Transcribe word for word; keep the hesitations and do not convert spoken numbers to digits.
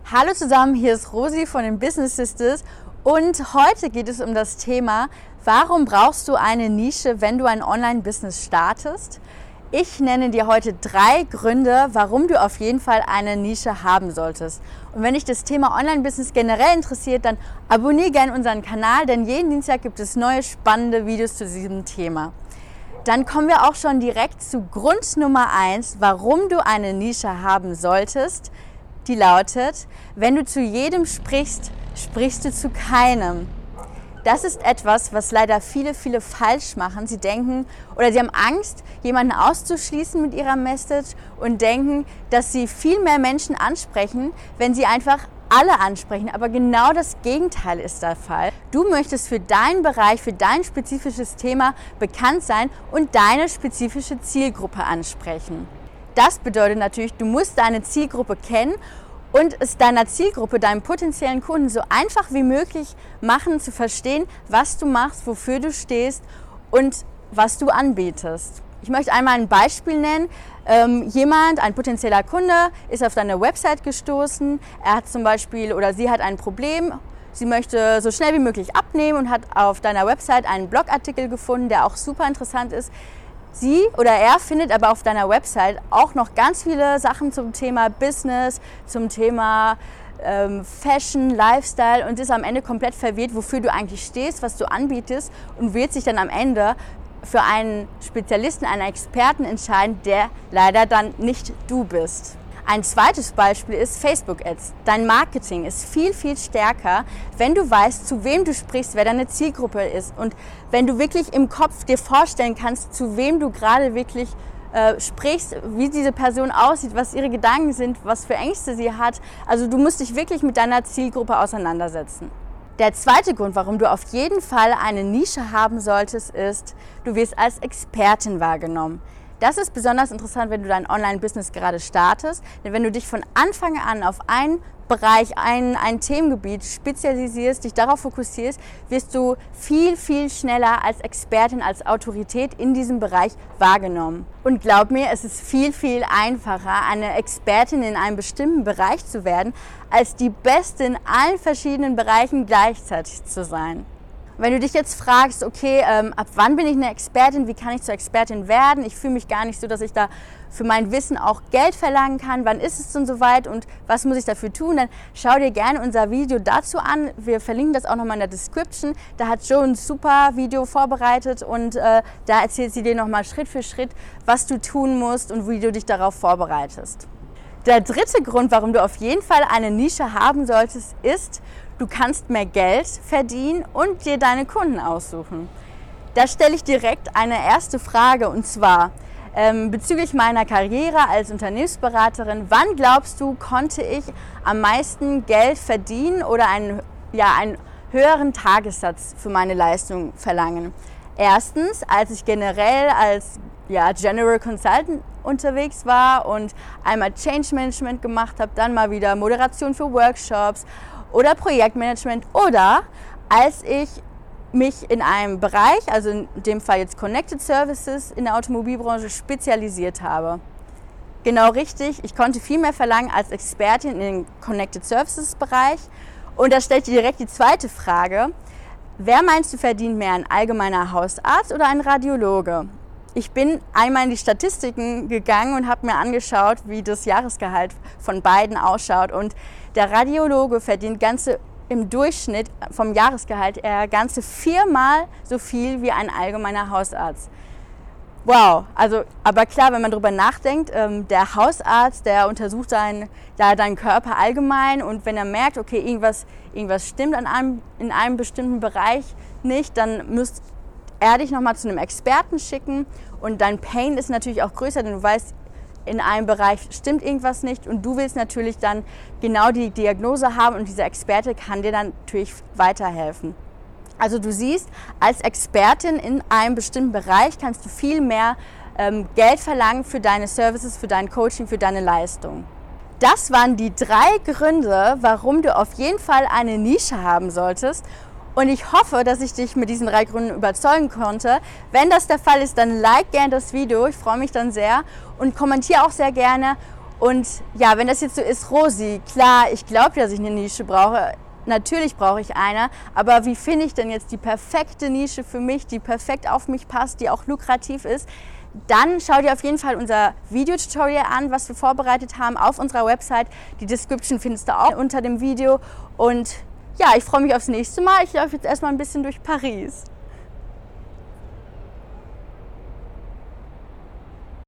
Hallo zusammen, hier ist Rosi von den Business Sisters und heute geht es um das Thema, warum brauchst du eine Nische, wenn du ein Online-Business startest? Ich nenne dir heute drei Gründe, warum du auf jeden Fall eine Nische haben solltest. Und wenn dich das Thema Online-Business generell interessiert, dann abonniere gerne unseren Kanal, denn jeden Dienstag gibt es neue spannende Videos zu diesem Thema. Dann kommen wir auch schon direkt zu Grund Nummer eins, warum du eine Nische haben solltest. Die lautet, wenn du zu jedem sprichst, sprichst du zu keinem. Das ist etwas, was leider viele, viele falsch machen. Sie denken oder sie haben Angst, jemanden auszuschließen mit ihrer Message und denken, dass sie viel mehr Menschen ansprechen, wenn sie einfach alle ansprechen. Aber genau das Gegenteil ist der Fall. Du möchtest für deinen Bereich, für dein spezifisches Thema bekannt sein und deine spezifische Zielgruppe ansprechen. Das bedeutet natürlich, du musst deine Zielgruppe kennen und es deiner Zielgruppe, deinem potenziellen Kunden so einfach wie möglich machen, zu verstehen, was du machst, wofür du stehst und was du anbietest. Ich möchte einmal ein Beispiel nennen. Ähm, jemand, ein potenzieller Kunde, ist auf deine Website gestoßen. Er hat zum Beispiel oder sie hat ein Problem. Sie möchte so schnell wie möglich abnehmen und hat auf deiner Website einen Blogartikel gefunden, der auch super interessant ist. Sie oder er findet aber auf deiner Website auch noch ganz viele Sachen zum Thema Business, zum Thema ähm, Fashion, Lifestyle und ist am Ende komplett verwirrt, wofür du eigentlich stehst, was du anbietest und wird sich dann am Ende für einen Spezialisten, einen Experten entscheiden, der leider dann nicht du bist. Ein zweites Beispiel ist Facebook-Ads. Dein Marketing ist viel, viel stärker, wenn du weißt, zu wem du sprichst, wer deine Zielgruppe ist. Und wenn du wirklich im Kopf dir vorstellen kannst, zu wem du gerade wirklich äh, sprichst, wie diese Person aussieht, was ihre Gedanken sind, was für Ängste sie hat. Also du musst dich wirklich mit deiner Zielgruppe auseinandersetzen. Der zweite Grund, warum du auf jeden Fall eine Nische haben solltest, ist, du wirst als Expertin wahrgenommen. Das ist besonders interessant, wenn du dein Online-Business gerade startest, denn wenn du dich von Anfang an auf einen Bereich, ein, ein Themengebiet spezialisierst, dich darauf fokussierst, wirst du viel, viel schneller als Expertin, als Autorität in diesem Bereich wahrgenommen. Und glaub mir, es ist viel, viel einfacher, eine Expertin in einem bestimmten Bereich zu werden, als die Beste in allen verschiedenen Bereichen gleichzeitig zu sein. Wenn du dich jetzt fragst, okay, ähm, ab wann bin ich eine Expertin, wie kann ich zur Expertin werden? Ich fühle mich gar nicht so, dass ich da für mein Wissen auch Geld verlangen kann. Wann ist es denn soweit und was muss ich dafür tun? Dann schau dir gerne unser Video dazu an. Wir verlinken das auch nochmal in der Description. Da hat Joe ein super Video vorbereitet und äh, da erzählt sie dir nochmal Schritt für Schritt, was du tun musst und wie du dich darauf vorbereitest. Der dritte Grund, warum du auf jeden Fall eine Nische haben solltest, ist, du kannst mehr Geld verdienen und dir deine Kunden aussuchen. Da stelle ich direkt eine erste Frage und zwar ähm, bezüglich meiner Karriere als Unternehmensberaterin. Wann glaubst du, konnte ich am meisten Geld verdienen oder einen, ja, einen höheren Tagessatz für meine Leistung verlangen? Erstens, als ich generell als ja, General Consultant unterwegs war und einmal Change Management gemacht habe, dann mal wieder Moderation für Workshops oder Projektmanagement oder als ich mich in einem Bereich, also in dem Fall jetzt Connected Services in der Automobilbranche spezialisiert habe. Genau richtig, ich konnte viel mehr verlangen als Expertin in den Connected Services Bereich. Und da stellt sich direkt die zweite Frage, wer meinst du verdient mehr, ein allgemeiner Hausarzt oder ein Radiologe? Ich bin einmal in die Statistiken gegangen und habe mir angeschaut, wie das Jahresgehalt von beiden ausschaut. Und der Radiologe verdient ganze im Durchschnitt vom Jahresgehalt eher ganze viermal so viel wie ein allgemeiner Hausarzt. Wow, also aber klar, wenn man darüber nachdenkt, ähm, der Hausarzt, der untersucht deinen, ja, deinen Körper allgemein und wenn er merkt, okay, irgendwas, irgendwas stimmt an einem, in einem bestimmten Bereich nicht, dann müsst er dich nochmal zu einem Experten schicken und dein Pain ist natürlich auch größer, denn du weißt, in einem Bereich stimmt irgendwas nicht und du willst natürlich dann genau die Diagnose haben und dieser Experte kann dir dann natürlich weiterhelfen. Also du siehst, als Expertin in einem bestimmten Bereich kannst du viel mehr ähm, Geld verlangen für deine Services, für dein Coaching, für deine Leistung. Das waren die drei Gründe, warum du auf jeden Fall eine Nische haben solltest. Und ich hoffe, dass ich dich mit diesen drei Gründen überzeugen konnte. Wenn das der Fall ist, dann like gerne das Video, ich freue mich dann sehr und kommentiere auch sehr gerne Und ja, wenn das jetzt so ist, Rosi, klar, ich glaube, dass ich eine Nische brauche. Natürlich brauche ich eine, aber wie finde ich denn jetzt die perfekte Nische für mich, die perfekt auf mich passt, die auch lukrativ ist? Dann schau dir auf jeden Fall unser Videotutorial an, was wir vorbereitet haben auf unserer Website. Die Description findest du auch unter dem Video. Und ja, ich freue mich aufs nächste Mal. Ich laufe jetzt erstmal ein bisschen durch Paris.